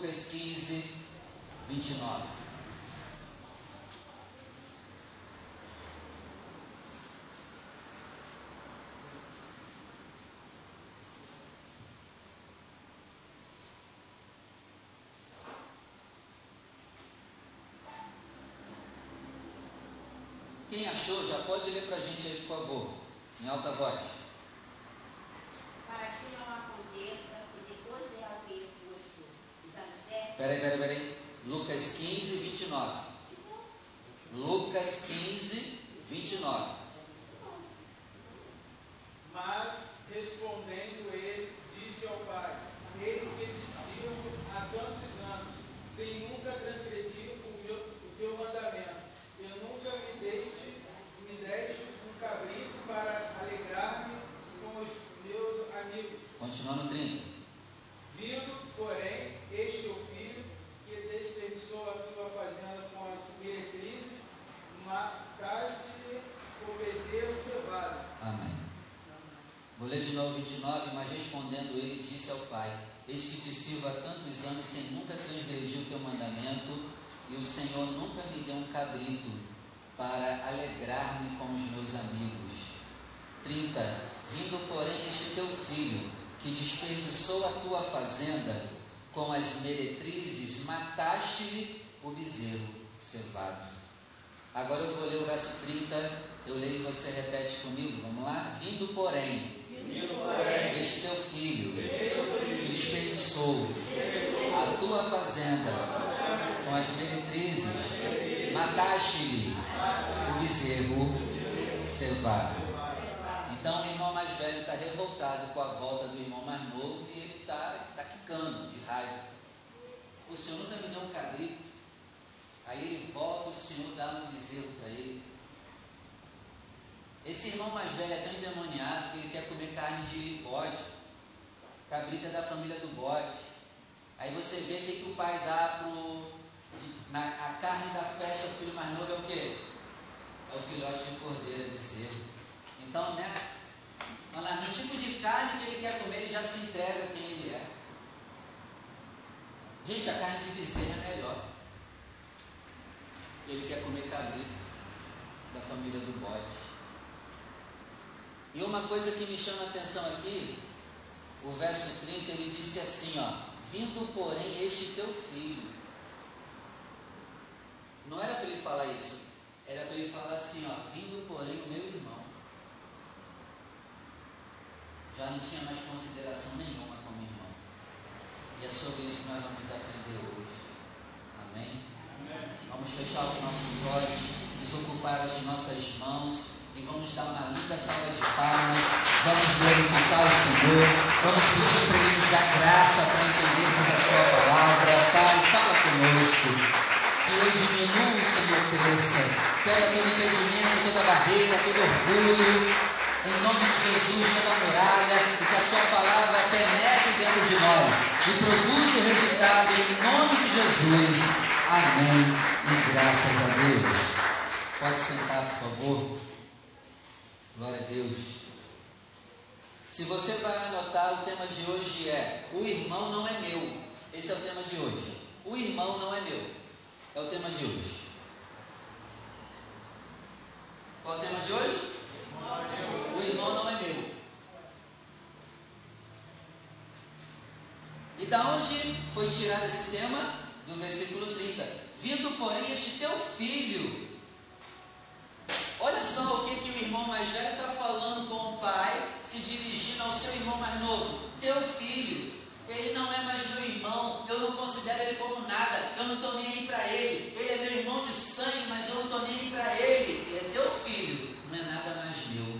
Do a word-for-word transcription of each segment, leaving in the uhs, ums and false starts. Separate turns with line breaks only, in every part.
Lucas quinze, vinte e nove. Quem achou, já pode ler para a gente aí, por favor, em alta voz.
Para que não aconteça que depois de haver posto os alicerces...
Peraí, peraí, peraí. Lucas quinze, vinte e nove. Lucas quinze, vinte e nove.
Mas, respondendo ele, disse ao pai: eis que te sirvo há tantos anos, sem nunca transgredir o, meu, o teu mandamento. Eu nunca me deste, me deste um cabrito para alegrar-me com os meus amigos.
Continuando trinta.
Vindo, porém, este teu filho, que desperdiçou a sua fazenda com as meretrizes, mataste-lhe o bezerro cevado.
Amém. Vou ler de novo vinte e nove. Mas respondendo ele, disse ao pai: eis que te sirvo há tantos anos sem nunca transgredir o teu mandamento, e o Senhor nunca me deu um cabrito para alegrar-me com os meus amigos. trinta. Vindo, porém, este teu filho, que desperdiçou a tua fazenda com as meretrizes, mataste-lhe o bezerro cevado. Agora eu vou ler o verso trinta, eu leio e você repete comigo, vamos lá? Vindo, porém,
Vindo, porém
este teu filho, que desperdiçou a tua fazenda com as meretrizes, mataste-lhe o bezerro cevado. Então o irmão mais velho está revoltado com a volta do irmão mais novo e ele está tá quicando de raiva. O Senhor nunca me deu um cabrito. Aí ele volta, o Senhor dá um bezerro para ele. Esse irmão mais velho é tão endemoniado que ele quer comer carne de bode. Cabrito é da família do bode. Aí você vê o que, que o pai dá pro, de, na, a carne da festa do filho mais novo é o quê? É o filhote de cordeiro, bezerro. Então, né? No tipo de carne que ele quer comer, ele já se entrega quem ele é. Gente, a carne de bezerro é melhor. Ele quer comer cabrito da família do bode. E uma coisa que me chama a atenção aqui, o verso trinta, ele disse assim, ó: vindo, porém, este teu filho. Não era para ele falar isso, era para ele falar assim, ó: vindo, porém, o meu irmão. Já não tinha mais consideração nenhuma como irmão. E é sobre isso que nós vamos aprender hoje. Amém?
Amém.
Vamos fechar os nossos olhos, desocupar as nossas mãos e vamos dar uma linda salva de palmas. Vamos glorificar o Senhor. Vamos pedir para Ele nos dar graça para entendermos a Sua palavra. Pai, fala conosco. Que eu diminua, o Senhor cresça. Quebra todo impedimento, toda barreira, todo orgulho. Em nome de Jesus, toda muralha, e que a Sua palavra penetre dentro de nós e produza o resultado em nome de Jesus. Amém. E graças a Deus. Pode sentar, por favor. Glória a Deus. Se você vai anotar, o tema de hoje é: o irmão não é meu. Esse é o tema de hoje. O irmão não é meu. É o tema de hoje. Qual é o tema de hoje? O irmão não é meu. E da onde foi tirado esse tema? Do versículo trinta. Vindo, porém, este teu filho. Olha só o que, que o irmão mais velho está falando com o pai, se dirigindo ao seu irmão mais novo. Teu filho. Ele não é mais meu irmão. Eu não considero ele como nada. Eu não estou nem aí para ele. Ele é meu irmão de sangue, mas eu não estou nem aí para ele. Ele é teu filho. Não é nada mais meu.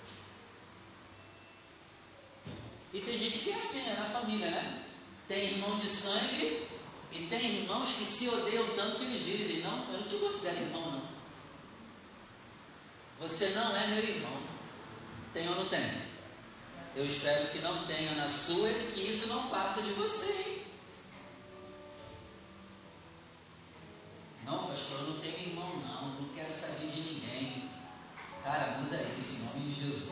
E tem gente que é assim, né, na família, né? Tem irmão de sangue e tem irmãos que se odeiam tanto que eles dizem: não, eu não te considero irmão, não. Você não é meu irmão. Tem ou não tem? Eu espero que não tenha na sua e que isso não parta de você, hein? Não, pastor, eu não tenho irmão, não. Não quero saber de ninguém. Cara, muda isso em nome de Jesus.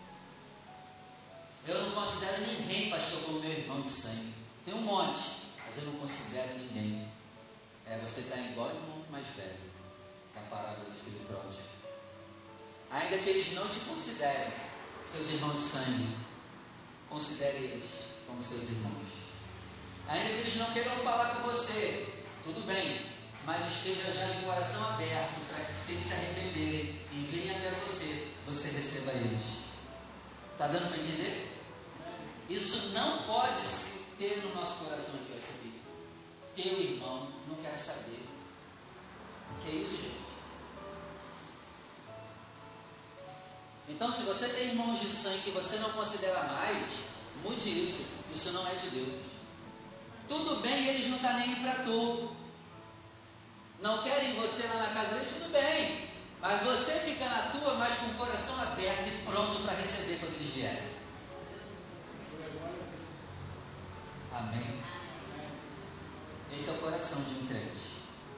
Eu não considero ninguém, pastor, como meu irmão de sangue. Tem um monte, mas mas eu não considero ninguém. É, você está igual ao irmão mais velho, da parábola do filho pródigo. Ainda que eles não te considerem seus irmãos de sangue, considere eles como seus irmãos. Ainda que eles não queiram falar com você, tudo bem, mas esteja já de coração aberto para que, se eles se arrependerem e virem até você, você receba eles. Está dando para entender? Isso não pode se ter no nosso coração aqui, vai saber. Teu irmão, não quero saber. O que é isso, gente? Então, se você tem irmãos de sangue que você não considera mais, mude isso. Isso não é de Deus. Tudo bem, eles não estão nem aí para tu. Não querem você lá na casa deles, tudo bem. Mas você fica na tua, mas com o coração aberto e pronto para receber quando eles vierem. Amém? Esse é o coração de um crente.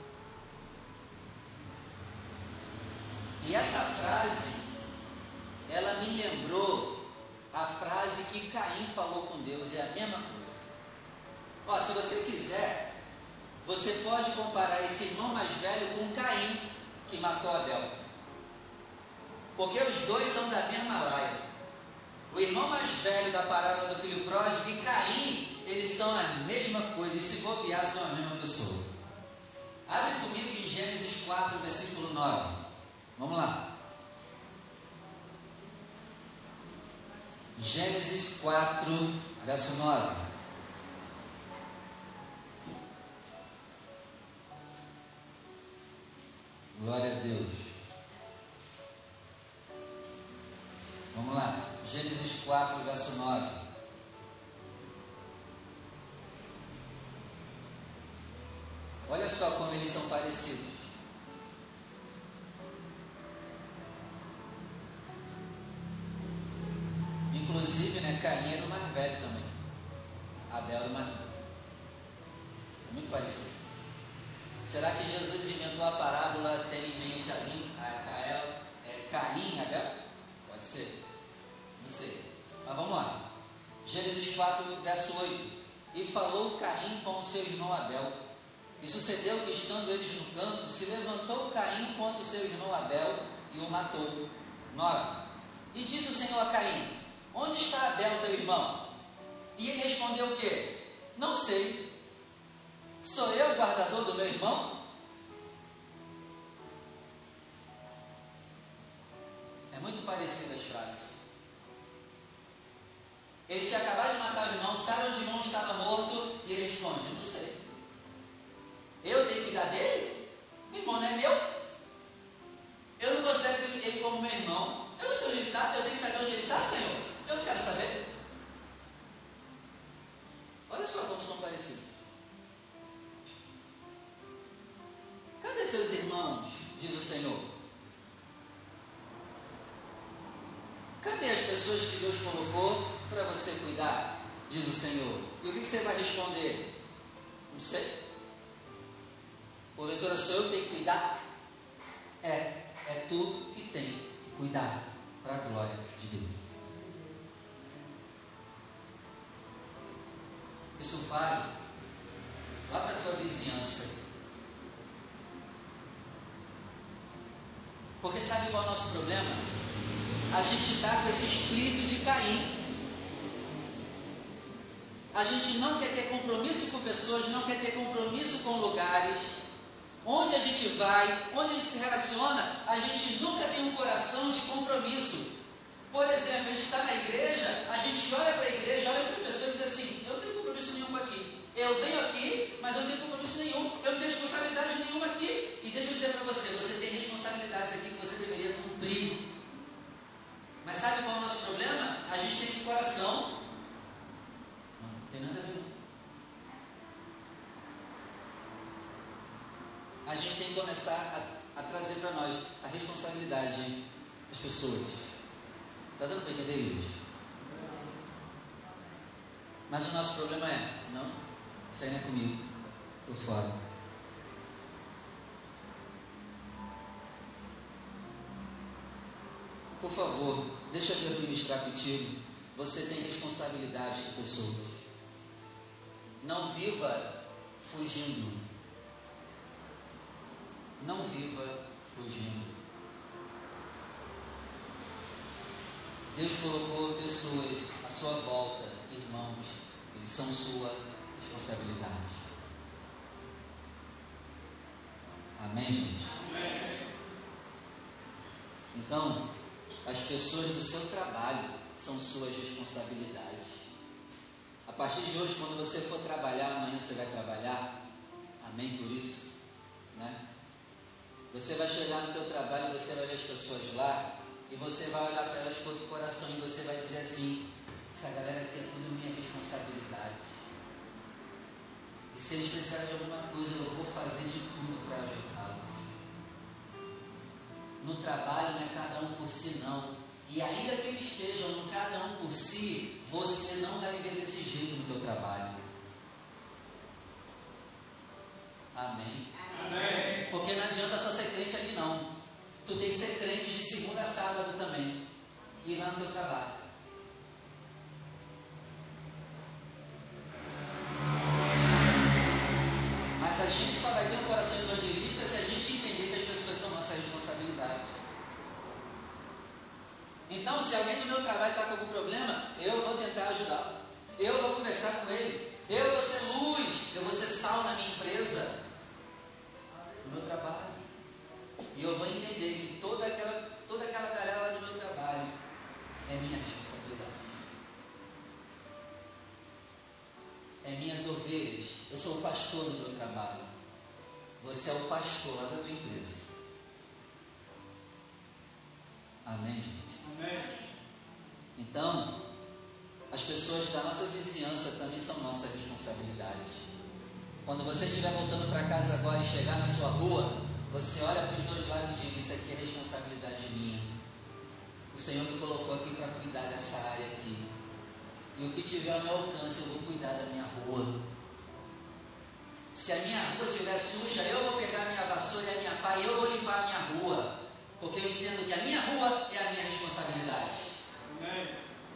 E essa frase, ela me lembrou a frase que Caim falou com Deus, é a mesma coisa. Ó, se você quiser, você pode comparar esse irmão mais velho com Caim, que matou Abel. Porque os dois são da mesma laia. O irmão mais velho da parábola do filho pródigo e Caim, eles são a mesma coisa, e se bobear são a mesma pessoa. Abre comigo em Gênesis quatro, versículo nove. Vamos lá. Gênesis quatro, verso nove. Glória a Deus. Vamos lá. Gênesis quatro, verso nove. Olha só como eles são parecidos. Inclusive, né, Caim era o mais velho também. Abel era o mais novo. É muito parecido. Será que Jesus inventou a parábola tendo em mente a mim, a Cael, é, Caim e Abel? Pode ser. Não sei. Mas vamos lá. Gênesis quatro, verso oito. E falou Caim com o seu irmão Abel. E sucedeu que, estando eles no campo, se levantou Caim contra o seu irmão Abel e o matou. nove. E disse o Senhor a Caim: onde está Abel, teu irmão? E ele respondeu o quê? Não sei. Sou eu o guardador do meu irmão? É muito parecido as frases. Ele tinha acabado de matar o irmão, sabe onde o irmão estava morto? E ele responde: não sei. Eu tenho que cuidar dele? Meu irmão não é meu? Eu não considero ele, ele como meu irmão. Eu não sei onde ele está, eu tenho que saber onde ele está, Senhor. Eu não quero saber. Olha só como são parecidos. Cadê seus irmãos? Diz o Senhor. Cadê as pessoas que Deus colocou para você cuidar? Diz o Senhor. E o que você vai responder? Não sei. Porventura sou eu que tenho que cuidar? É, é tu que tem que cuidar para a glória de Deus. Isso vale lá para a tua vizinhança. Porque sabe qual é o nosso problema? A gente está com esse espírito de Caim. A gente não quer ter compromisso com pessoas, não quer ter compromisso com lugares. Onde a gente vai, onde a gente se relaciona, a gente nunca tem um coração de compromisso. Por exemplo, a gente está na igreja, a gente olha para a igreja, olha para as pessoas e diz assim: eu não tenho compromisso nenhum aqui. Eu venho aqui, mas eu não tenho compromisso nenhum. Eu não tenho responsabilidade nenhuma aqui. E deixa eu dizer para você, você tem responsabilidades aqui que você deveria cumprir. Mas sabe qual é o nosso problema? A gente tem esse coração. Não, não tem nada a ver. A gente tem que começar a, a trazer para nós a responsabilidade das pessoas. Está dando para entender isso? Mas o nosso problema é: não, isso aí não é comigo, estou fora. Por favor, deixa Deus ministrar contigo. Você tem responsabilidade com pessoas. Não viva fugindo. Não viva fugindo. Deus colocou pessoas à sua volta, irmãos, eles são sua responsabilidade. Amém, gente? Amém. Então, as pessoas do seu trabalho são suas responsabilidades. A partir de hoje, quando você for trabalhar, amanhã você vai trabalhar, amém por isso, né? Você vai chegar no teu trabalho e você vai ver as pessoas lá, e você vai olhar para elas com todo o coração e você vai dizer assim: essa galera aqui é tudo minha responsabilidade. E se eles precisarem de alguma coisa, eu vou fazer de tudo para ajudá-los. No trabalho não é cada um por si, não. E ainda que eles estejam no cada um por si, você não vai viver desse jeito no teu trabalho. Amém? Amém. Porque não adianta só ser crente aqui, não. Tu tem que ser crente de segunda a sábado também. E lá no teu trabalho. Mas a gente só vai ter um coração evangelista se a gente entender que as pessoas são nossa responsabilidade. Então, se alguém do meu trabalho está com algum problema, eu vou tentar ajudá-lo. Eu vou conversar com ele. Eu vou ser luz. Eu vou ser sal na minha empresa. No meu trabalho. E eu vou entender que toda aquela, toda aquela galera lá do meu trabalho é minha responsabilidade. É minhas ovelhas. Eu sou o pastor do meu trabalho. Você é o pastor lá da tua empresa. Amém, gente? Amém. Então, as pessoas da nossa vizinhança também são nossa responsabilidade. Quando você estiver voltando para casa agora e chegar na sua rua, você olha para os dois lados e diz: isso aqui é responsabilidade minha. O Senhor me colocou aqui para cuidar dessa área aqui. E o que tiver ao meu alcance, eu vou cuidar da minha rua. Se a minha rua estiver suja, eu vou pegar a minha vassoura e a minha pá e eu vou limpar a minha rua. Porque eu entendo que a minha rua é a minha responsabilidade. Amém.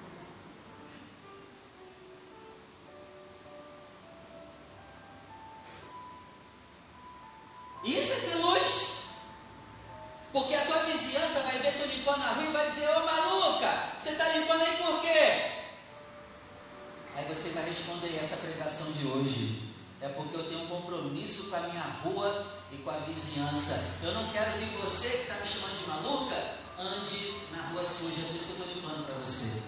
Isso é ser luz. Porque a tua vizinhança vai ver tu limpando a rua e vai dizer: ô maluca, você está limpando aí por quê? Aí você vai responder essa pregação de hoje: é porque eu tenho um compromisso com a minha rua e com a vizinhança. Eu não quero que você que está me chamando de maluca ande na rua suja, por isso que eu estou limpando para você.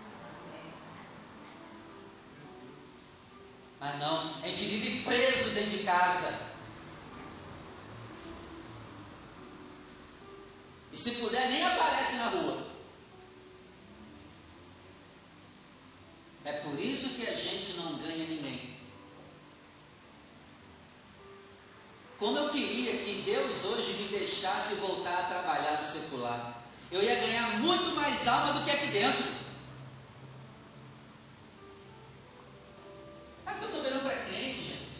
Mas não, a gente vive preso dentro de casa. E se puder, nem aparece na rua. É por isso que a gente não ganha ninguém. Como eu queria que Deus hoje me deixasse voltar a trabalhar no secular. Eu ia ganhar muito mais alma do que aqui dentro. Aqui eu estou vendo para crente, gente.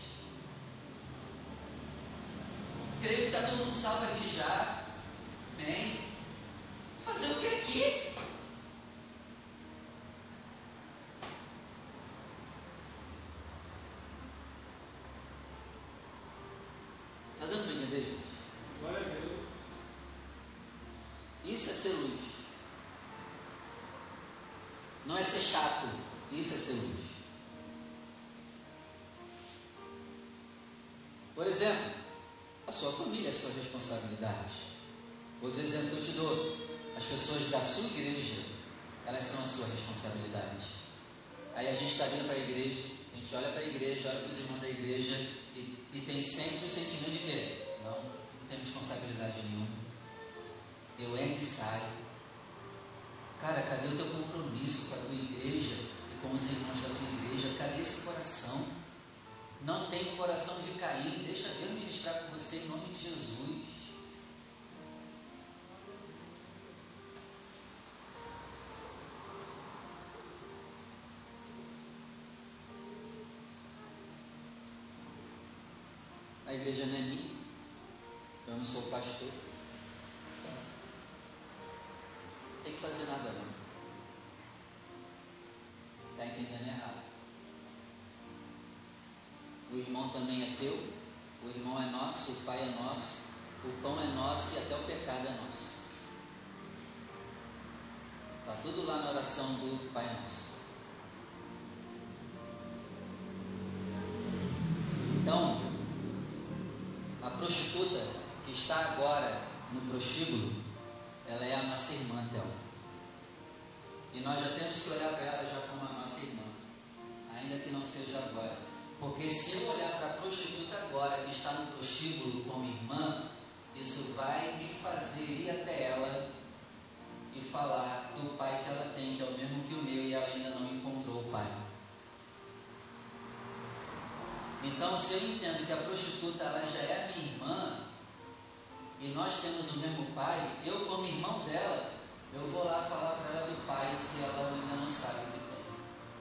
Creio que está todo mundo salvo aqui já. Bem, fazer o que aqui? Está dando para entender, gente? Glória a Deus. Isso é ser luz. Não é ser chato. Isso é ser luz. Por exemplo, a sua família é sua responsabilidade. Outro exemplo que eu te dou: as pessoas da sua igreja, elas são a sua responsabilidade. Aí a gente está vindo para a igreja, a gente olha para a igreja, olha para os irmãos da igreja e, e tem sempre o sentimento de quê? Não, não tem responsabilidade nenhuma. Eu entro e saio. Cara, cadê o teu compromisso com a tua igreja e com os irmãos da tua igreja? Cadê esse coração? Não tem um coração de Caim. Deixa Deus ministrar com você em nome de Jesus. A igreja não é minha, eu não sou pastor, não tem que fazer nada não. Está entendendo errado. o irmão também é teu, o irmão é nosso, o pai é nosso, o pão é nosso e até o pecado é nosso. Está tudo lá na oração do Pai Nosso. Então, a prostituta que está agora no prostíbulo, ela é a nossa irmã, Thelma. E nós já temos que olhar para ela já como a nossa irmã, ainda que não seja agora. Porque se eu olhar para a prostituta agora, que está no prostíbulo como irmã, isso vai me fazer ir até ela e falar do pai que ela tem, que é o mesmo que o meu, e ela ainda não encontrou o pai. Então, se eu entendo que a prostituta ela já é minha irmã, e nós temos o mesmo pai, eu como irmão dela, eu vou lá falar para ela do pai que ela ainda não sabe que tem.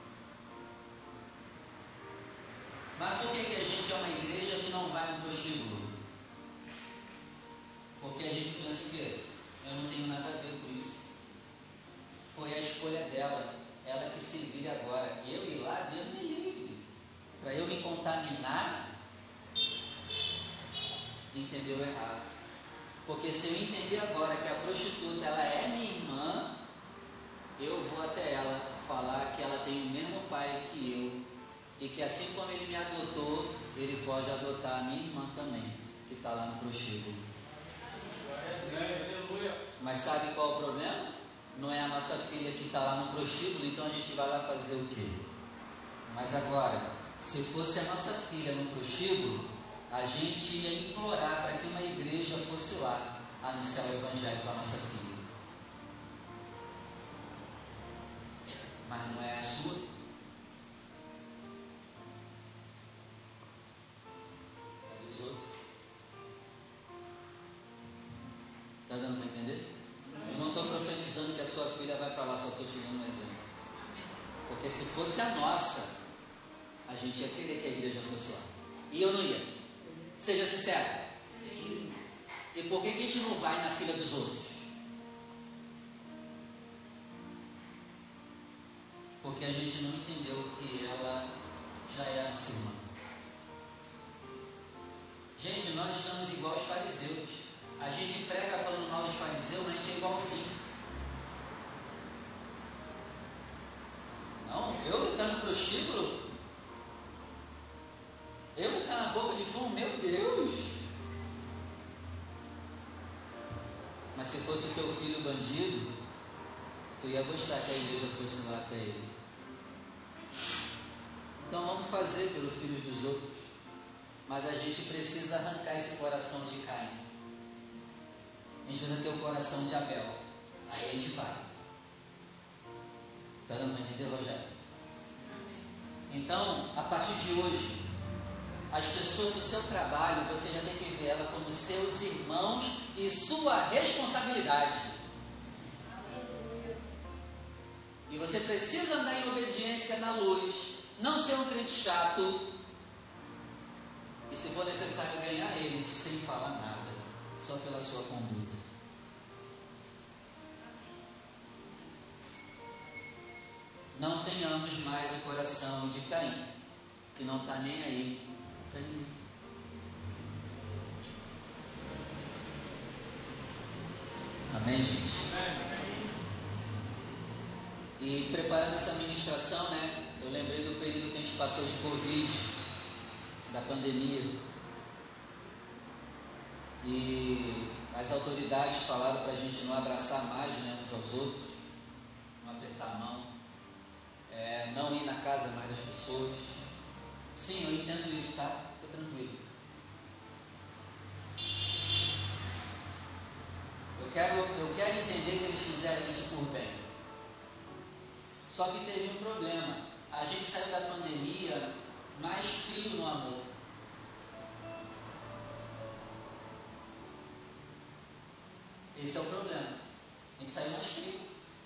Mas por que, que a gente é uma igreja que não vai no prostíbulo? Porque a gente pensa que eu não tenho nada a ver com isso. Foi a escolha dela, ela que se vire agora. Eu ir lá, Deus me livre. Para eu me contaminar, entendeu errado. Porque se eu entender agora que a prostituta ela é minha irmã, eu vou até ela falar que ela tem o mesmo pai que eu, e que assim como ele me adotou, ele pode adotar a minha irmã também, que está lá no prostíbulo. Mas sabe qual é o problema? Não é a nossa filha que está lá no prostíbulo, então a gente vai lá fazer o quê? Mas agora, se fosse a nossa filha no prostíbulo, a gente ia implorar para que uma igreja fosse lá anunciar o evangelho para a nossa filha. Mas não é a sua. É dos outros. Está dando para entender? Eu não estou profetizando que a sua filha vai para lá, só estou te dando um exemplo. Porque se fosse a nossa, a gente ia querer que a igreja fosse lá. E eu não ia. Seja sincero.
Sim.
E por que, que a gente não vai na filha dos outros? Porque a gente não entendeu que ela já é a nossa irmã. Gente, nós estamos igual aos fariseus. A gente prega falando mal dos fariseus, mas a gente é igualzinho. Não, eu estar no prostíbulo, eu estar na boca de fumo, meu Deus. Mas se fosse o teu filho bandido, tu ia gostar que a igreja fosse lá até ele. Então vamos fazer pelos filhos dos outros. Mas a gente precisa arrancar esse coração de Caim. A gente precisa ter o coração de Abel. Aí a gente vai. Está dando para entender, Rogério? Então, a partir de hoje, as pessoas do seu trabalho, você já tem que ver ela como seus irmãos e sua responsabilidade. E você precisa andar em obediência na luz, não ser um crente chato, e se for necessário ganhar eles sem falar nada, só pela sua conduta. Não tenhamos mais o coração de Caim, que não está nem aí para ninguém. Amém, gente? E preparando essa ministração, né, eu lembrei do período que a gente passou de Covid, da pandemia. E as autoridades falaram para a gente não abraçar mais, né, uns aos outros, não apertar a mão, é, não ir na casa mais das pessoas. Sim, eu entendo isso, tá? Fica tranquilo. Eu quero, eu quero entender que eles fizeram isso por bem. Só que teve um problema. A gente saiu da pandemia mais frio no amor. Esse é o problema. A gente saiu mais frio.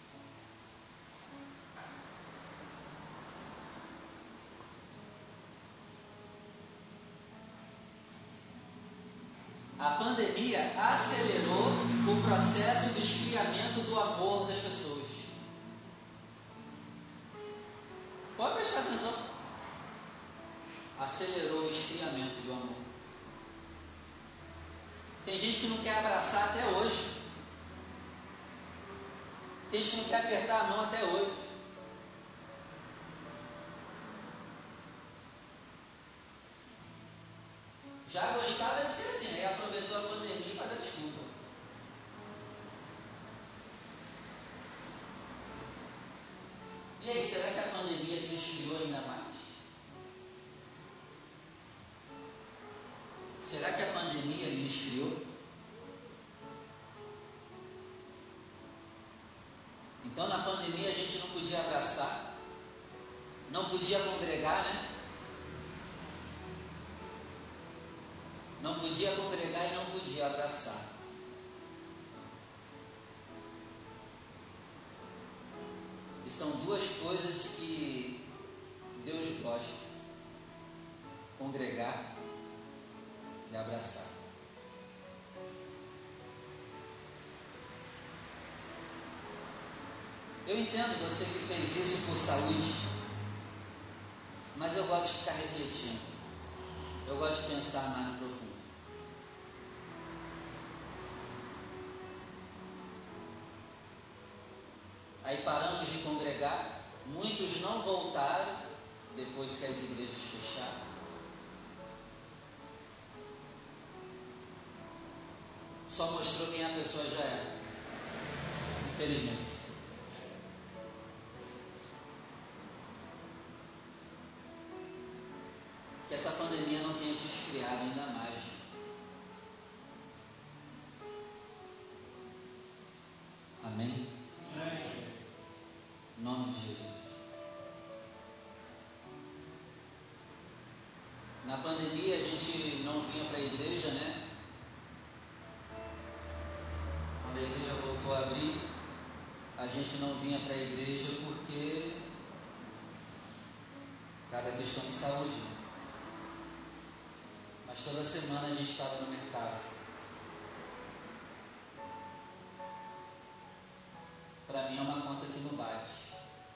A pandemia acelerou o processo de esfriamento do amor das pessoas. Pode prestar atenção. acelerou o esfriamento do amor. Tem gente que não quer abraçar até hoje. Tem gente que não quer apertar a mão até hoje. Já gostava de ser assim, aí aproveitou a pandemia para dar desculpa. E aí, será que a pandemia te esfriou ainda mais? Será que a pandemia me esfriou? Então, na pandemia, a gente não podia abraçar, não podia congregar, né? Não podia congregar e não podia abraçar. E são duas coisas que Deus gosta: congregar e abraçar. Eu entendo você que fez isso por saúde, mas eu gosto de ficar refletindo. Eu gosto de pensar mais no profundo. Aí paramos de congregar, muitos não voltaram depois que as igrejas fecharam. Só mostrou quem a pessoa já é, infelizmente. Que essa pandemia não tenha te esfriado ainda mais. Amém? Amém. Em nome de Jesus. Na pandemia a gente não vinha para a igreja, né? Quando a igreja voltou a abrir, a gente não vinha para a igreja porque cada questão de saúde. Mas toda semana a gente estava no mercado. Para mim é uma conta que não bate.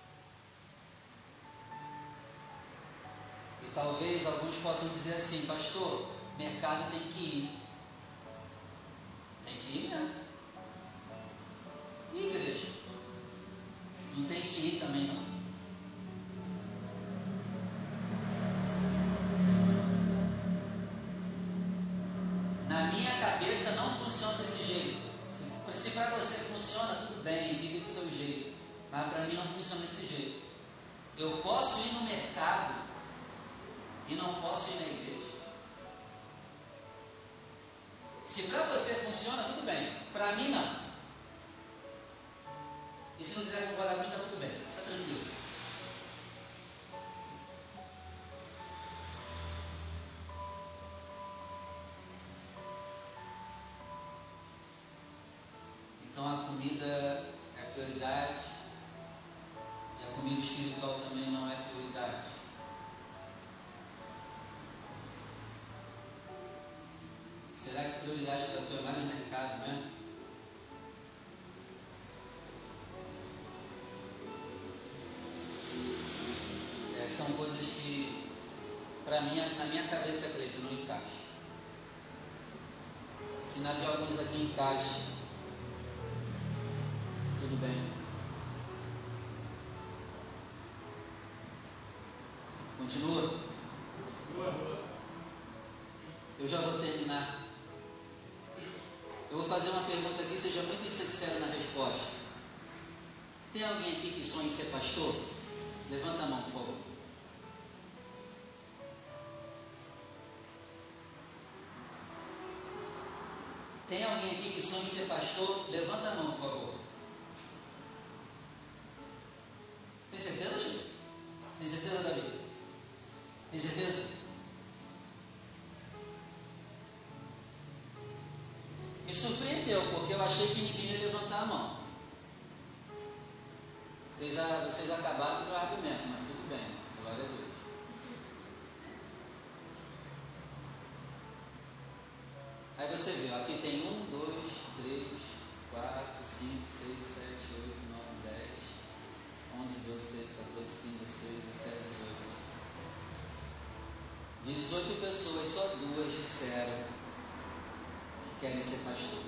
E talvez alguns possam dizer assim: pastor, mercado tem que ir. Tem que ir mesmo. E igreja? Não tem que ir também não. Na minha cabeça não funciona desse jeito. Se, se para você funciona, tudo bem, vive do seu jeito. Mas para mim não funciona desse jeito. Eu posso ir no mercado e não posso ir na igreja. Se para você funciona, tudo bem. Para mim não. E se não quiser concordar comigo, está tudo bem. Está tranquilo. Então a comida é prioridade e a comida espiritual também não é prioridade. Será que a prioridade para tu é mais o mercado mesmo? É, são coisas que, para mim, na minha cabeça, acredito, não encaixa. Se na de alguns aqui encaixa, tudo bem. Continua? Eu já vou terminar. Eu vou fazer uma pergunta aqui, seja muito sincero na resposta. Tem alguém aqui que sonha em ser pastor? Levanta a mão, por favor. Tem alguém aqui que sonha em ser pastor? Levanta a mão, por favor. Tem certeza, gente? Tem certeza, Davi? Tem certeza? Me surpreendeu, porque eu achei que ninguém ia levantar a mão. Vocês, vocês acabaram com o meu argumento, mas tudo bem. Glória a Deus. Aí você vê, ó, aqui tem um, dois, três, quatro, cinco, seis, sete, oito, nove, dez, onze, doze, treze, quatorze, quinze, dezesseis, dezessete, dezoito. De dezoito pessoas, só duas disseram que querem ser pastor.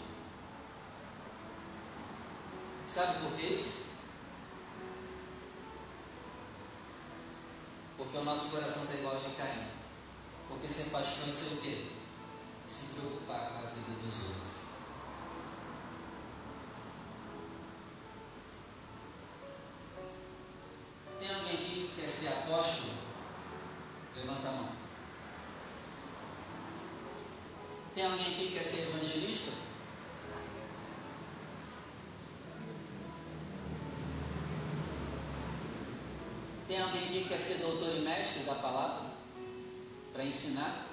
Sabe por que isso? Porque o nosso coração está igual ao de Caim. Porque ser pastor é ser o quê? Se preocupar com a vida dos outros. Tem alguém aqui que quer ser apóstolo? Levanta a mão. Tem alguém aqui que quer ser evangelista? Tem alguém aqui que quer ser doutor e mestre da palavra? Para ensinar?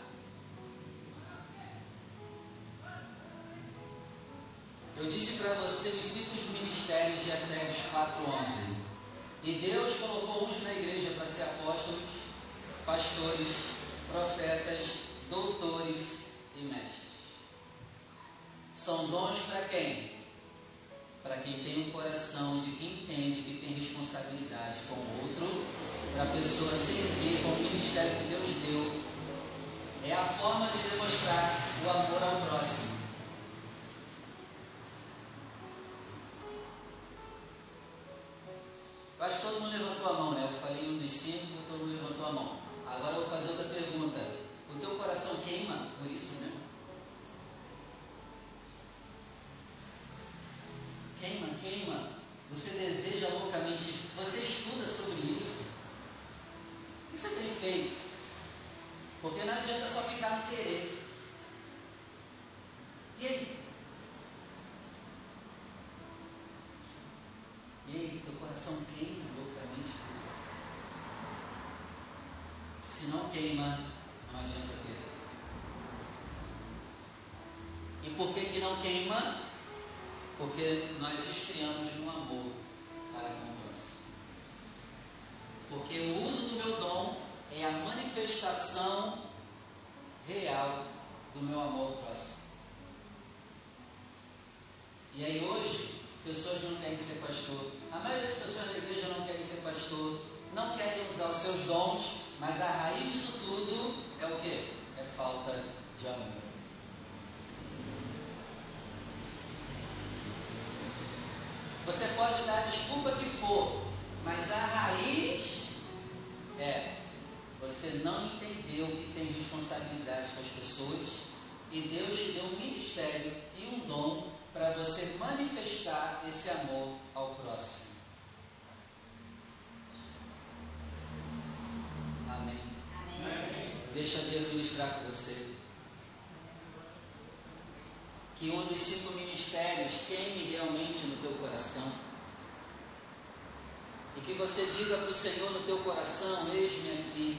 Eu disse para você os cinco ministérios de Efésios quatro, onze. E Deus colocou uns na igreja para ser apóstolos, pastores, profetas, doutores e mestres. São dons para quem? Para quem tem um coração de quem entende que tem responsabilidade com o outro, para a pessoa servir com o ministério que Deus deu. É a forma de demonstrar o amor ao próximo. Eu acho que todo mundo levantou a mão, né? Eu falei um dos cinco, todo mundo levantou a mão. Agora eu vou fazer outra pergunta. O teu coração queima por isso mesmo? Queima, queima. Você deseja loucamente. Você estuda sobre isso. O que você tem feito? Porque não adianta só ficar no querer. E aí? E aí, teu coração queima loucamente por isso. Se não queima, não adianta querer. E por que que não queima? Porque nós esfriamos no amor para com o próximo. Porque o uso do meu dom é a manifestação real do meu amor ao próximo. E aí hoje, pessoas não querem ser pastor. A maioria das pessoas da igreja não querem ser pastor, não querem usar os seus dons, mas a raiz disso tudo é o quê? É falta de amor. Você pode dar a desculpa que for, mas a raiz é: você não entendeu que tem responsabilidade com as pessoas e Deus te deu um ministério e um dom para você manifestar esse amor ao próximo. Amém.
Amém.
Deixa Deus ministrar com você. Que um dos cinco ministérios queime realmente no teu coração. E que você diga para o Senhor no teu coração: eis-me aqui.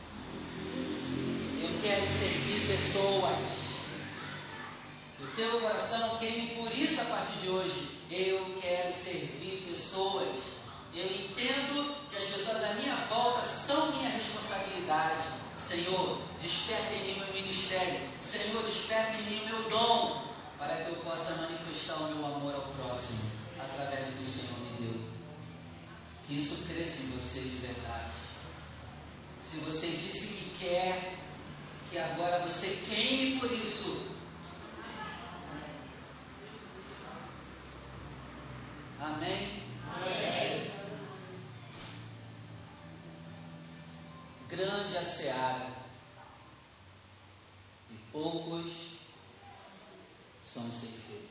Eu quero servir pessoas. Que o teu coração queime por isso a partir de hoje. Eu quero servir pessoas. Eu entendo que as pessoas à minha volta são minha responsabilidade. Senhor, desperta em mim meu ministério. Senhor, desperta em mim meu dom, para que eu possa manifestar o meu amor ao próximo, através do que o Senhor me deu. Que isso cresça em você de verdade. Se você disse que quer, que agora você queime por isso. Amém?
Amém.
Grande a seara, e poucos são os ceifeiros.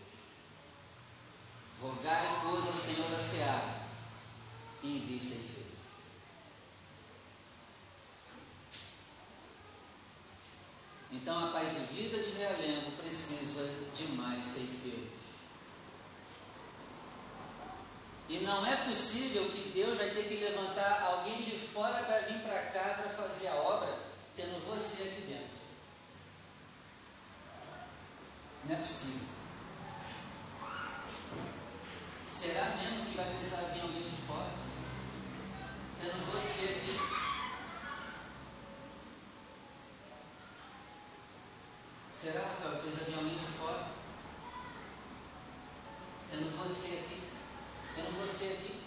Rogai, pois, ao Senhor da seara, e envie ceifeiros. Então a Paz e Vida de Realengo precisa de mais ceifeiros. E não é possível que Deus vai ter que levantar alguém de fora para vir para cá para fazer a obra, tendo você aqui dentro. Não é possível. Será mesmo que vai precisar vir alguém de fora, tendo você aqui? Será, Rafael, que precisa vir alguém de fora, tendo você aqui? Tendo você aqui.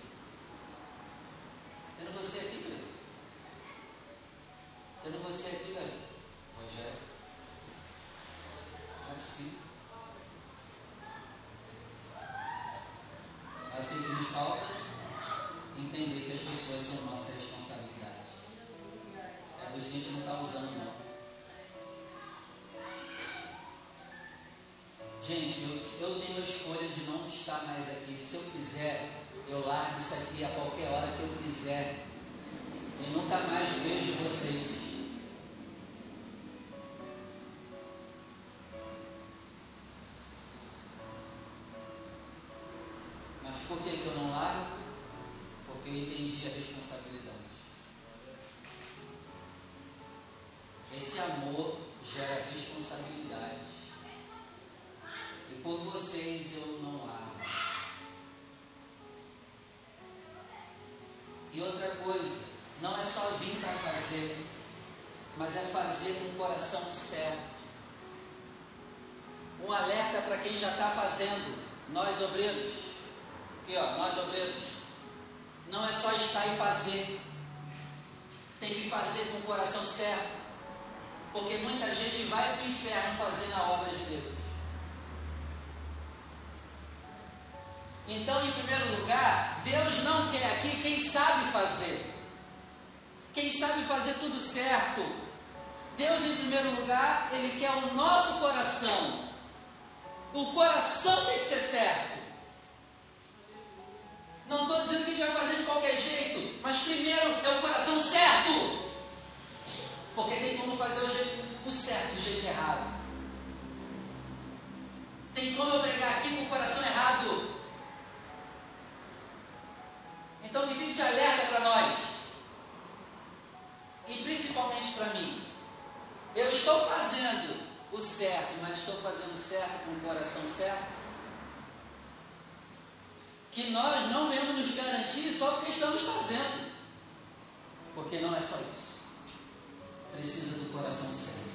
Tendo você aqui, Pedro. Tendo você aqui, velho. por isso que a gente não está usando não. Gente, eu, eu tenho a escolha de não estar mais aqui. Se eu quiser, eu largo isso aqui a qualquer hora que eu quiser. E nunca mais vejo vocês. Mas por que que eu não largo? Porque eu entendi a responsabilidade. Esse amor gera responsabilidade. E por vocês eu não largo. E outra coisa, não é só vir para fazer, mas é fazer com o coração certo. Um alerta para quem já está fazendo, nós obreiros, aqui ó, nós obreiros, não é só estar e fazer, tem que fazer com o coração certo, porque muita gente vai para o inferno fazendo a obra de Deus. Então, em primeiro lugar, Deus não quer aqui quem sabe fazer, quem sabe fazer tudo certo. Deus, em primeiro lugar, Ele quer o nosso coração. O coração tem que ser certo. Não estou dizendo que a gente vai fazer de qualquer jeito, mas primeiro é o coração certo, porque tem como fazer o, jeito, o certo do jeito errado. Tem como eu pregar aqui com o coração errado. Então que fique de alerta para nós, e principalmente para mim. Eu estou fazendo o certo, mas estou fazendo o certo com o coração certo? Que nós não vamos nos garantir só porque estamos fazendo, porque não é só isso, precisa do coração certo.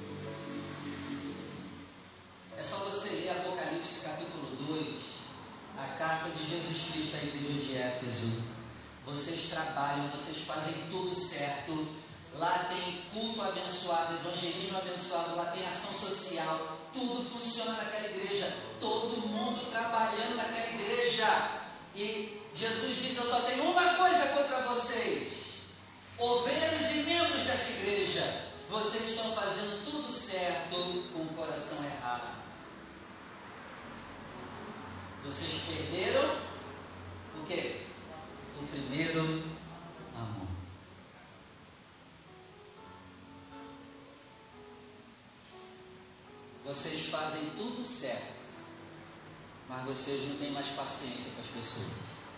É só você ler Apocalipse capítulo dois, a carta de Jesus Cristo à igreja de Éfeso. Vocês trabalham, vocês fazem tudo certo. Lá tem culto abençoado, evangelismo abençoado, lá tem ação social, tudo funciona naquela igreja, todo mundo trabalhando naquela igreja. E Jesus diz: eu só tenho uma coisa contra vocês, obreiros e membros dessa igreja, vocês estão fazendo tudo certo com o coração errado. Vocês perderam o quê? O primeiro amor. Vocês fazem tudo certo, mas vocês não têm mais paciência com as pessoas.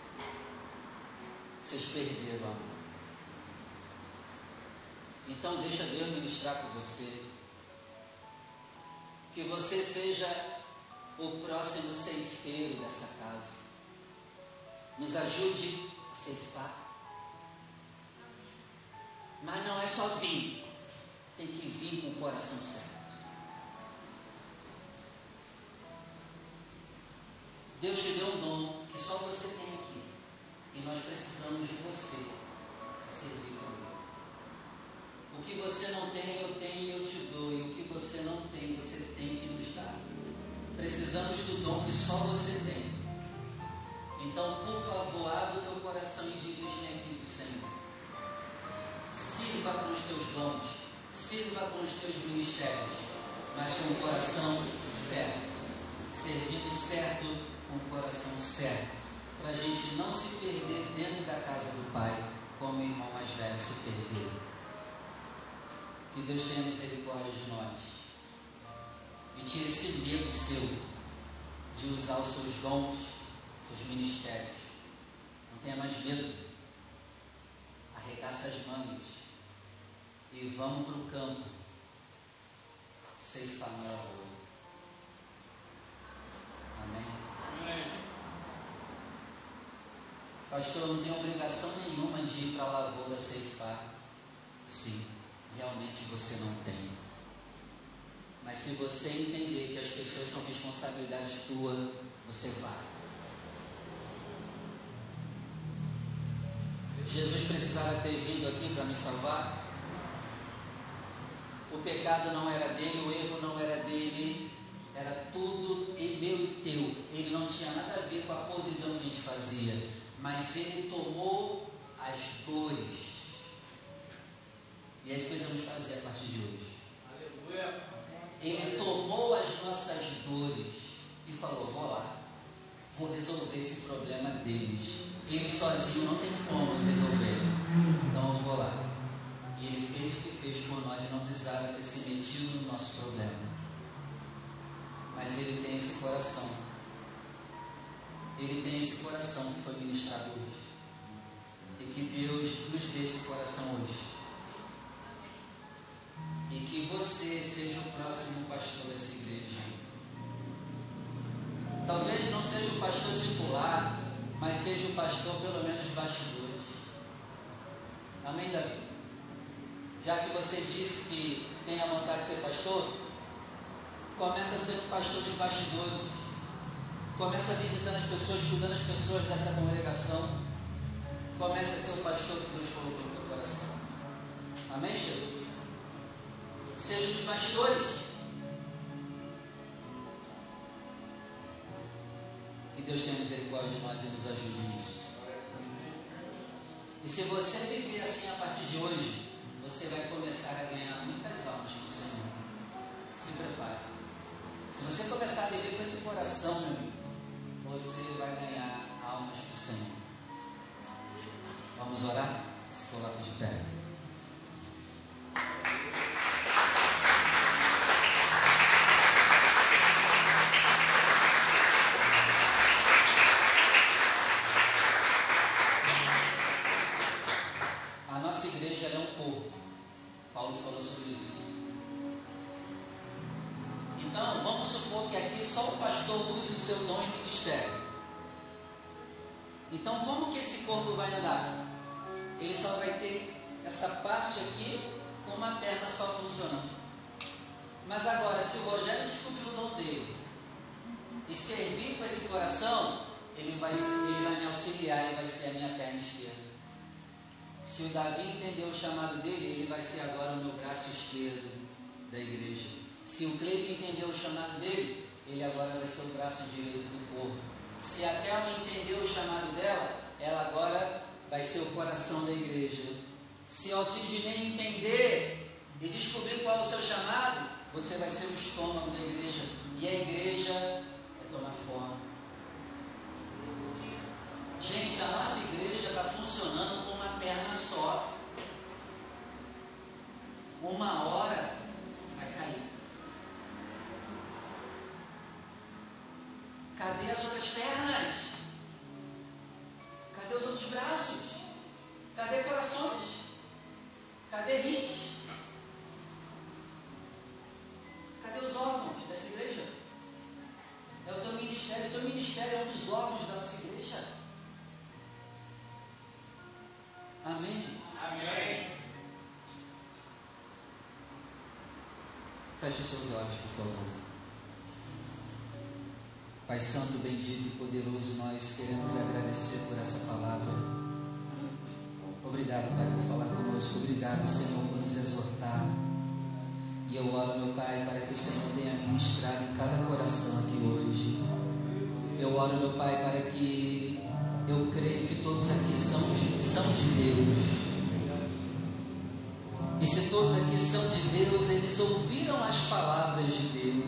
Vocês perderam o amor. Então deixa Deus ministrar com você. Que você seja o próximo ceifeiro dessa casa. Nos ajude a ceifar. Mas não é só vir, tem que vir com o coração certo. Deus te deu um dom que só você tem aqui, e nós precisamos de você para servir com Ele. O que você não tem, eu tenho e eu te dou, e o que você não tem, você tem que nos dar. Precisamos do dom que só você tem. Então, por favor, abre o teu coração e dirige-me aqui para o Senhor. Sirva com os teus dons, sirva com os teus ministérios, mas com o coração certo, servindo certo, com o coração certo, para a gente não se perder dentro da casa do Pai, como o irmão mais velho se perdeu. Que Deus tenha misericórdia de nós e tire esse medo seu de usar os seus dons, seus ministérios. Não tenha mais medo. Arregaça as mangas e vamos para o campo ceifar na lavoura. Amém? Amém. Pastor, eu não tenho obrigação nenhuma de ir para a lavoura ceifar. Sim, realmente você não tem. Mas se você entender que as pessoas são responsabilidade tua, você vai. Jesus precisava ter vindo aqui para me salvar? O pecado não era dele, o erro não era dele, era tudo meu e teu. Ele não tinha nada a ver com a podridão que a gente fazia, mas ele tomou as dores. E é isso que nós vamos fazer a partir de hoje.
Aleluia.
Ele tomou as nossas dores e falou: vou lá, vou resolver esse problema deles. Ele sozinho não tem como resolver, então eu vou lá. E ele fez o que fez por nós e não precisava ter se metido no nosso problema. Mas ele tem esse coração. Ele tem esse coração que foi ministrado hoje. E que Deus nos dê esse coração hoje. E que você seja o próximo pastor dessa igreja. Talvez não seja o pastor titular, mas seja o pastor pelo menos bastidores. Amém, Davi? Já que você disse que tem a vontade de ser pastor, começa a ser o pastor dos bastidores. Começa visitando as pessoas, cuidando das pessoas dessa congregação. Começa a ser o pastor que Deus colocou no teu coração. Amém, Chico? Seja dos bastidores. Que Deus tenha misericórdia de nós e nos ajude nisso. E se você viver assim a partir de hoje, você vai começar a ganhar muitas almas para o Senhor. Se prepare. Se você começar a viver com esse coração, meu amigo, você vai ganhar almas para o Senhor. Vamos orar? Se coloque de pé. A nossa igreja é um corpo. Paulo falou sobre isso. Então, vamos supor que aqui só o pastor use o seu dom de ministério. Então, como que esse corpo vai andar? Ele só vai ter essa parte aqui com uma perna só funcionando. Mas agora, se o Rogério descobrir o dom dele e servir com esse coração, ele vai, ele vai me auxiliar, ele vai ser a minha perna esquerda. Se o Davi entender o chamado dele, ele vai ser agora o meu braço esquerdo da igreja. Se o Cleiton entender o chamado dele, ele agora vai ser o braço direito do corpo. Se a Thelma entender o chamado dela, ela agora vai ser o coração da igreja. Se o Sidney entender e descobrir qual é o seu chamado, você vai ser o estômago da igreja. E a igreja vai tomar forma. Gente, a nossa igreja está funcionando com uma perna só. Uma hora vai cair. Cadê as outras pernas? Cadê os outros braços? Cadê corações? Cadê rins? Cadê os órgãos dessa igreja? É o teu ministério. O teu ministério é um dos órgãos da nossa igreja. Amém?
Amém.
Feche os seus olhos, por favor. Pai Santo, bendito e poderoso, nós queremos agradecer por essa palavra. Obrigado, Pai, por falar conosco. Obrigado, Senhor, por nos exortar. E eu oro, meu Pai, para que o Senhor tenha ministrado em cada coração aqui hoje. Eu oro, meu Pai, para que eu creio que todos aqui são de, são de Deus. E se todos aqui são de Deus, eles ouviram as palavras de Deus.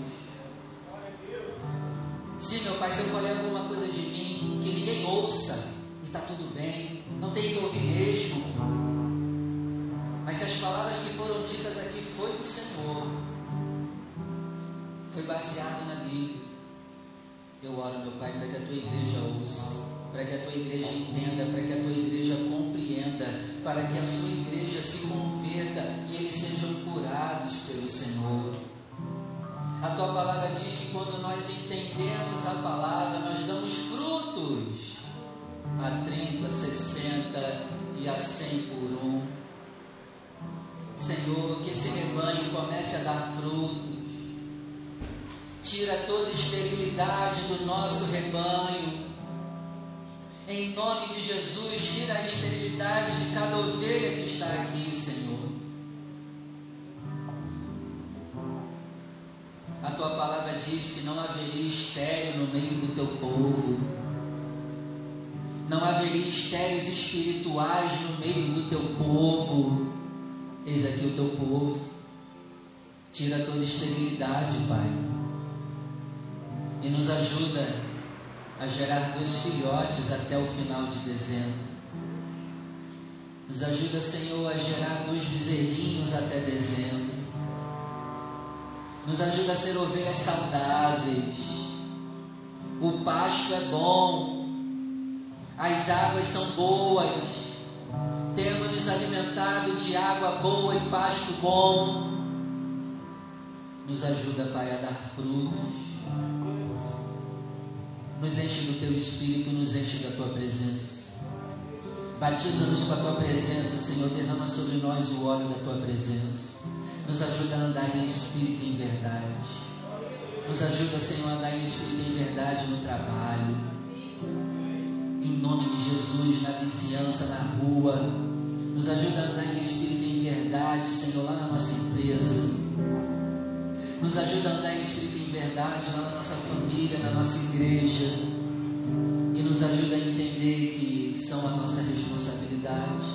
Sim, meu Pai, se eu falei alguma coisa de mim que ninguém ouça, e está tudo bem, não tem que ouvir mesmo. Mas se as palavras que foram ditas aqui foi do Senhor, foi baseado na Bíblia, eu oro, meu Pai, para que a tua igreja ouça, para que a tua igreja entenda, para que a tua igreja compreenda, para que a sua igreja se converta e eles sejam curados pelo Senhor. A tua palavra diz que quando nós entendemos a palavra, nós damos frutos a trinta, a sessenta e a cem por um. Senhor, que esse rebanho comece a dar frutos. Tira toda esterilidade do nosso rebanho. Em nome de Jesus, tira a esterilidade de cada ovelha que está aqui, Senhor. A tua palavra diz que não haveria estéril no meio do teu povo. Não haveria estéreis espirituais no meio do teu povo. Eis aqui o teu povo. Tira toda esterilidade, Pai, e nos ajuda a gerar dois filhotes até o final de dezembro. Nos ajuda, Senhor, a gerar dois bezerrinhos até dezembro. Nos ajuda a ser ovelhas saudáveis. O pasto é bom, as águas são boas. Temos nos alimentado de água boa e pasto bom. Nos ajuda, Pai, a dar frutos. Nos enche do Teu Espírito, nos enche da Tua presença. Batiza-nos com a Tua presença, Senhor. Derrama sobre nós o óleo da Tua presença. Nos ajuda a andar em Espírito e em verdade. Nos ajuda, Senhor, a andar em Espírito e em verdade no trabalho. Em nome de Jesus, na vizinhança, na rua. Nos ajuda a andar em Espírito e em verdade, Senhor, lá na nossa empresa. Nos ajuda a andar em Espírito e em verdade lá na nossa família, na nossa igreja. E nos ajuda a entender que são a nossa responsabilidade.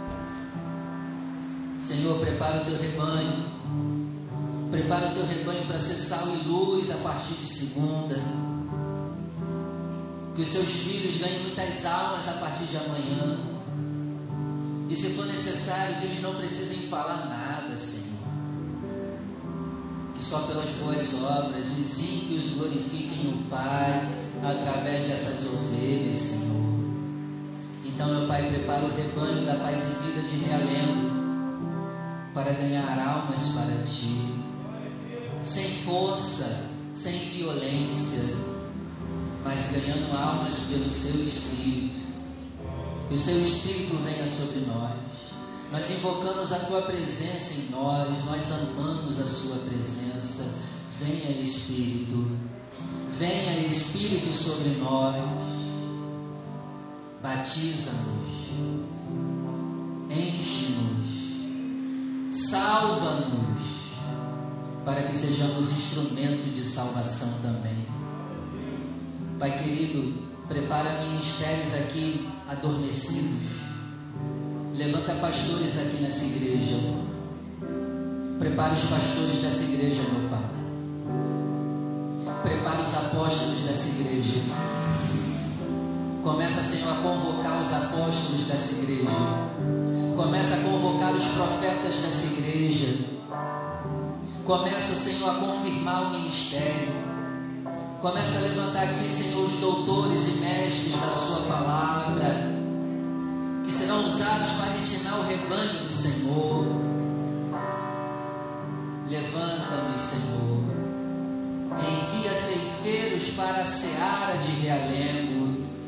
Senhor, prepara o Teu rebanho. Prepara o Teu rebanho para ser sal e luz a partir de segunda. Que os Seus filhos ganhem muitas almas a partir de amanhã. E se for necessário, que eles não precisem falar nada, Senhor. Que só pelas boas obras os ímpios glorifiquem o Pai através dessas ovelhas, Senhor. Então, meu Pai, prepara o rebanho da Paz e Vida de Realengo para ganhar almas para Ti, sem força, sem violência, mas ganhando almas pelo Seu Espírito. Que o Seu Espírito venha sobre nós. Nós invocamos a Tua presença em nós, nós amamos a Sua presença. Venha, Espírito, venha, Espírito, sobre nós. Batiza-nos, enche-nos, salva-nos, para que sejamos instrumento de salvação também. Pai querido, prepara ministérios aqui adormecidos. Levanta pastores aqui nessa igreja. Prepara os pastores dessa igreja, meu Pai. Prepara os apóstolos dessa igreja. Começa, Senhor, a convocar os apóstolos dessa igreja. Começa a convocar os profetas dessa igreja. Começa, Senhor, a confirmar o ministério. Começa a levantar aqui, Senhor, os doutores e mestres da Sua palavra, que serão usados para ensinar o rebanho do Senhor. Levanta-nos, Senhor. Envia ceifeiros para a seara de Realengo.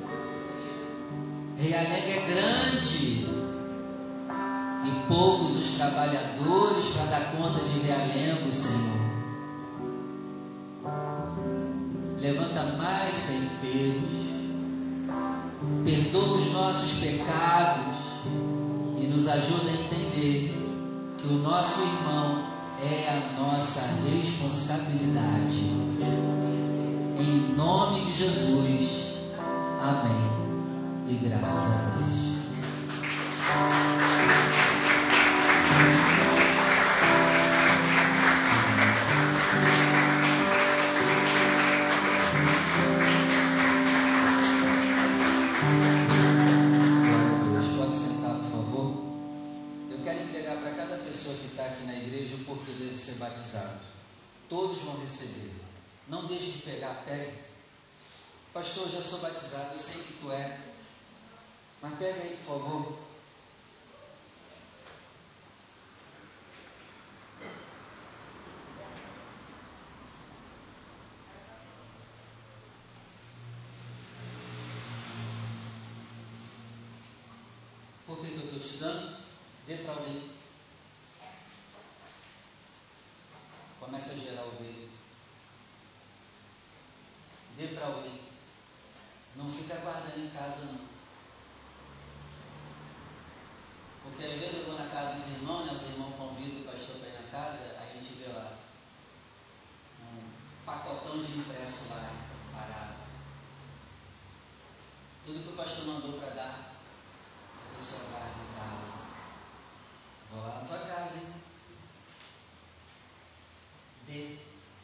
Realengo é grande e poucos os trabalhadores para dar conta de Realengo, Senhor. Levanta mais ceifeiros. Perdoa os nossos pecados e nos ajuda a entender que o nosso irmão é a nossa responsabilidade. Em nome de Jesus. Amém. E graças a Deus. Pode sentar, por favor. Eu quero entregar para cada pessoa que está aqui na igreja o porquê dele ser batizado. Todos vão receber. Não deixe de pegar, pegue. Pastor, eu já sou batizado, eu sei que tu é. Mas pega aí, por favor. Por que que eu estou te dando? Vê para alguém. Começa a gerar ovelha. Vê para alguém. Não fica guardando em casa, não. Porque às vezes eu vou na casa dos irmãos, né? Os irmãos convidam o pastor para ir na casa, aí a gente vê lá um pacotão de impresso lá parado. Tudo que o pastor mandou para dar, a pessoa guarda em casa. Vou lá na tua casa, E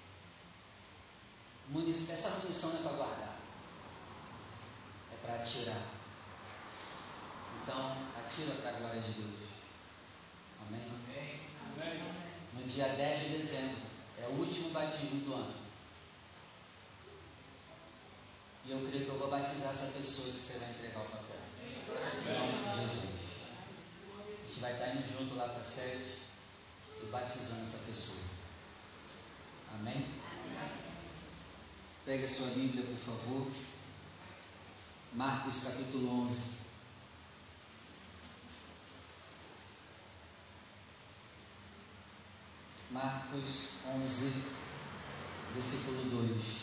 munição, essa munição não é para guardar, é para atirar. Então, atira para a glória de Deus. Amém?
Amém. Amém.
No dia dez de dezembro, é o último batismo do ano. E eu creio que eu vou batizar essa pessoa que você vai entregar o papel. Em nome de Jesus. A gente vai estar indo junto lá para a sede e batizando essa pessoa. Amém? Pegue a sua Bíblia, por favor. Marcos capítulo onze. Marcos onze, versículo dois.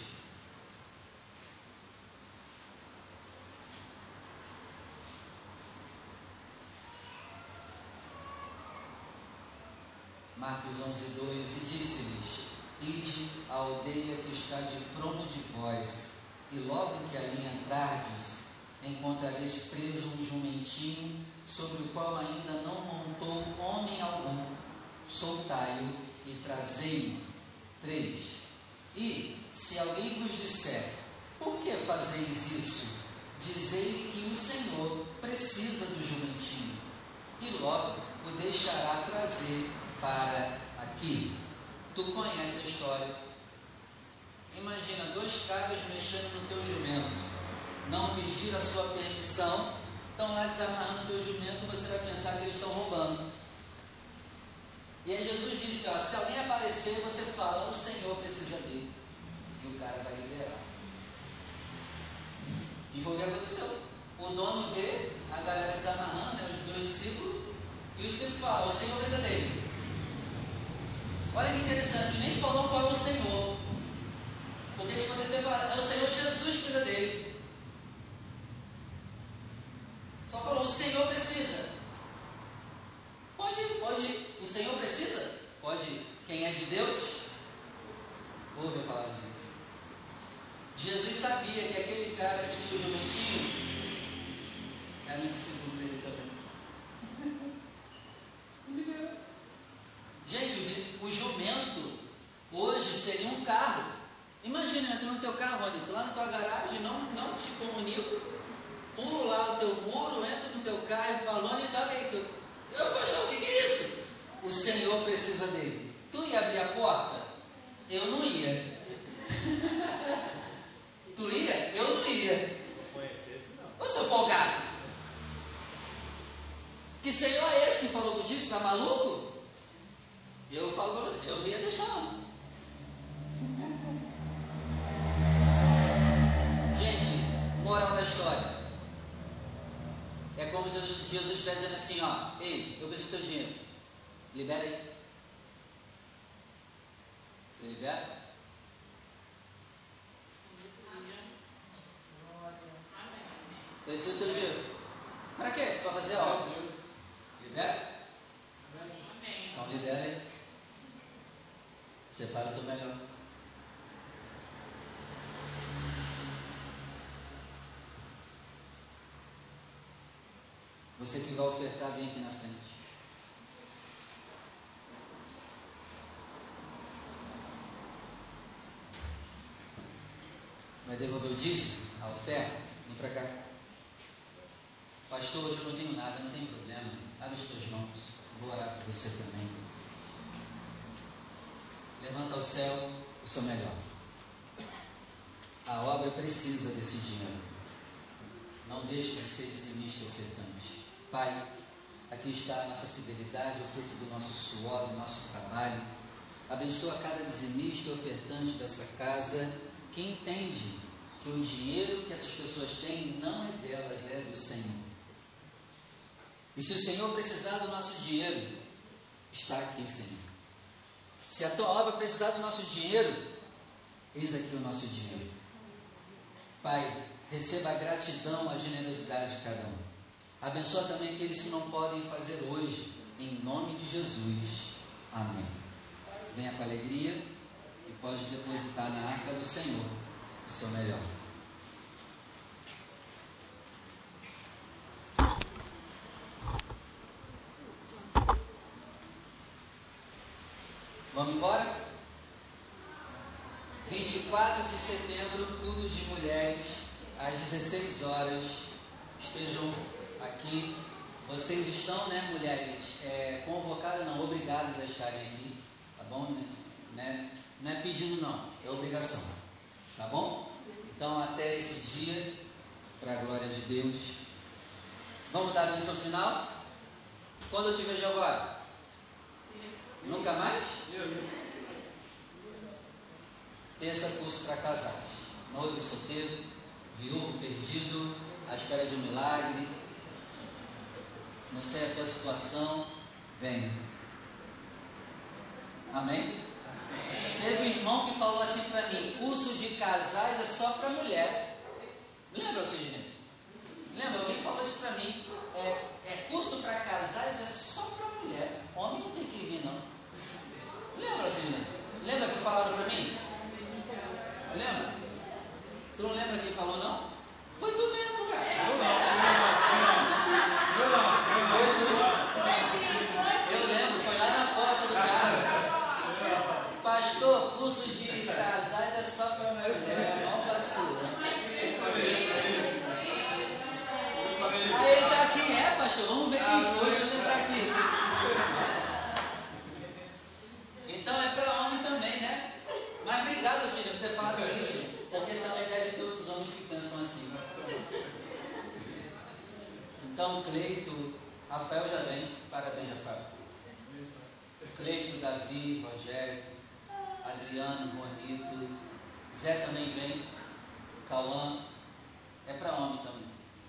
Marcos onze, dois. E disse-lhes: Ide à aldeia que está de fronte de vós, e logo que ali entrardes, encontrareis preso um jumentinho, sobre o qual ainda não montou homem algum. Soltai-o e trazei-o. três. E, se alguém vos disser: Por que fazeis isso? Dizei-lhe que o Senhor precisa do jumentinho, e logo o deixará trazer para aqui. Tu conhece a história. Imagina dois caras mexendo no teu jumento, não pediram a sua permissão, estão lá desamarrando o teu jumento, você vai pensar que eles estão roubando. E aí Jesus disse, ó, se alguém aparecer, você fala, o Senhor precisa dele. E o cara vai liberar. E foi o que aconteceu. O dono vê a galera desamarrando, né, os dois discípulos, e o discípulo fala, o Senhor precisa dele. Olha que interessante, nem falou qual é o Senhor. Porque eles poderiam ter falado, é o Senhor Jesus que precisa dele. Só falou, o Senhor precisa. Pode ir, pode ir. O Senhor precisa? Pode ir. Quem é de Deus, ouve a palavra de Deus. Jesus sabia que aquele cara que tinha o jumentinho era um discípulo dele também. Gente, o jumento hoje seria um carro. Imagina, eu entro no teu carro, olha, tu lá na tua garagem, não, não te comunico, pulo lá o teu muro, entro no teu carro falando e tal, aí, eu, eu vou achar o que, que é isso? O Senhor precisa dele. Tu ia abrir a porta? Eu não ia. Tu ia? Eu não ia. Ô seu folgado, que Senhor é esse que falou contigo? Você tá maluco? Eu falo para você, eu não ia deixar não. Gente, moral da história. É como Jesus, Jesus está dizendo assim, ó, ei, eu preciso do teu dinheiro. Libera aí. Você libera? Preciso do teu dinheiro. Para quê? Para fazer obra. Libera? Então libera aí. Separa o teu melhor. Você que vai ofertar, vem aqui na frente. Vai devolver o dízimo, a oferta? Vem para cá. Pastor, hoje eu não tenho nada, não tem problema. Abre as tuas mãos. Vou orar por você também. Levanta ao céu o seu melhor. A obra precisa desse dinheiro. Não deixe de ser dizimista e ofertante. Pai, aqui está a nossa fidelidade, o fruto do nosso suor, do nosso trabalho. Abençoa cada dizimista e ofertante dessa casa, que entende que o dinheiro que essas pessoas têm não é delas, é do Senhor. E se o Senhor precisar do nosso dinheiro, está aqui, Senhor. Se a tua obra precisar do nosso dinheiro, eis aqui o nosso dinheiro. Pai, receba a gratidão, a generosidade de cada um. Abençoa também aqueles que não podem fazer hoje, em nome de Jesus. Amém. Venha com alegria e pode depositar na arca do Senhor o seu melhor. Vamos embora? vinte e quatro de setembro, culto de mulheres, às dezesseis horas. Estejam aqui. Vocês estão, né, mulheres, é, convocadas, não, obrigadas a estarem aqui, tá bom? Né? Não é pedido, não, é obrigação, tá bom? Então, até esse dia, para a glória de Deus. Vamos dar a bênção final? Quando eu te vejo agora? Nunca mais? Terça, curso para casais. Noivo, solteiro, viúvo, perdido, à espera de um milagre. Não sei a tua situação, vem. Amém? Amém? Teve um irmão que falou assim para mim: curso de casais é só para mulher. Lembra, Sidney? Lembra? Alguém falou isso para mim. É, é curso para casais é só para mulher. Homem não tem que vir, não. Lembra, Sidney? Lembra que falaram para mim? Lembra? Tu não lembra quem falou, não? Foi tu mesmo, cara. Eu não. Eu não. Foi tu. Eu lembro, foi lá na porta do cara. Pastor, curso de casais é só para mulher. Não vacila. Aí ele está aqui, é, pastor? Vamos ver quem foi. Deixa eu lembrar aqui. Então é para homem também, né? Mas obrigado, Cília, por ter falado isso, porque também deve ter outros homens que pensam assim. Então, Cleito, Rafael já vem. Parabéns, Rafael. Cleito, Davi, Rogério, Adriano, Juanito, Zé também vem. Cauã, é para homem também.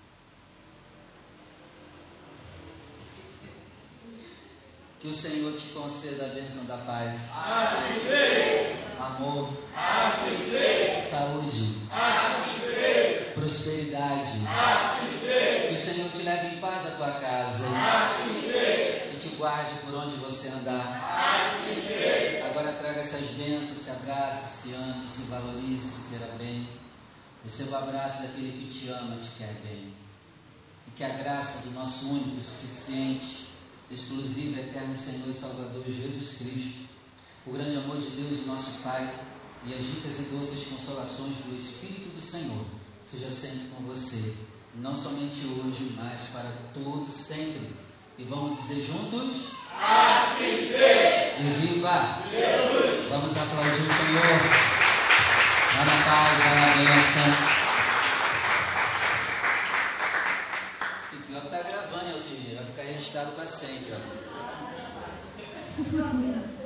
Que o Senhor te conceda a bênção da paz. Assim seja. Amor. Assim seja. Saúde. Assim seja. Prosperidade. Assim seja. Que o Senhor te leve em paz à tua casa. Assim seja. E te guarde por onde você andar. Assim seja. Agora traga essas bênçãos, se abrace, se ame, se valorize, se queira bem. Receba o abraço daquele que te ama e te quer bem. E que a graça do nosso único e suficiente, exclusivo, eterno Senhor e Salvador Jesus Cristo, o grande amor de Deus, nosso Pai, e as ricas e doces consolações do Espírito do Senhor, seja sempre com você, não somente hoje, mas para todos sempre. E vamos dizer juntos: assim seja! E viva Jesus! Vamos aplaudir o Senhor. Vai na paz, vai na bênção. Pior que está gravando, Elcir, vai ficar registrado para sempre. Ó.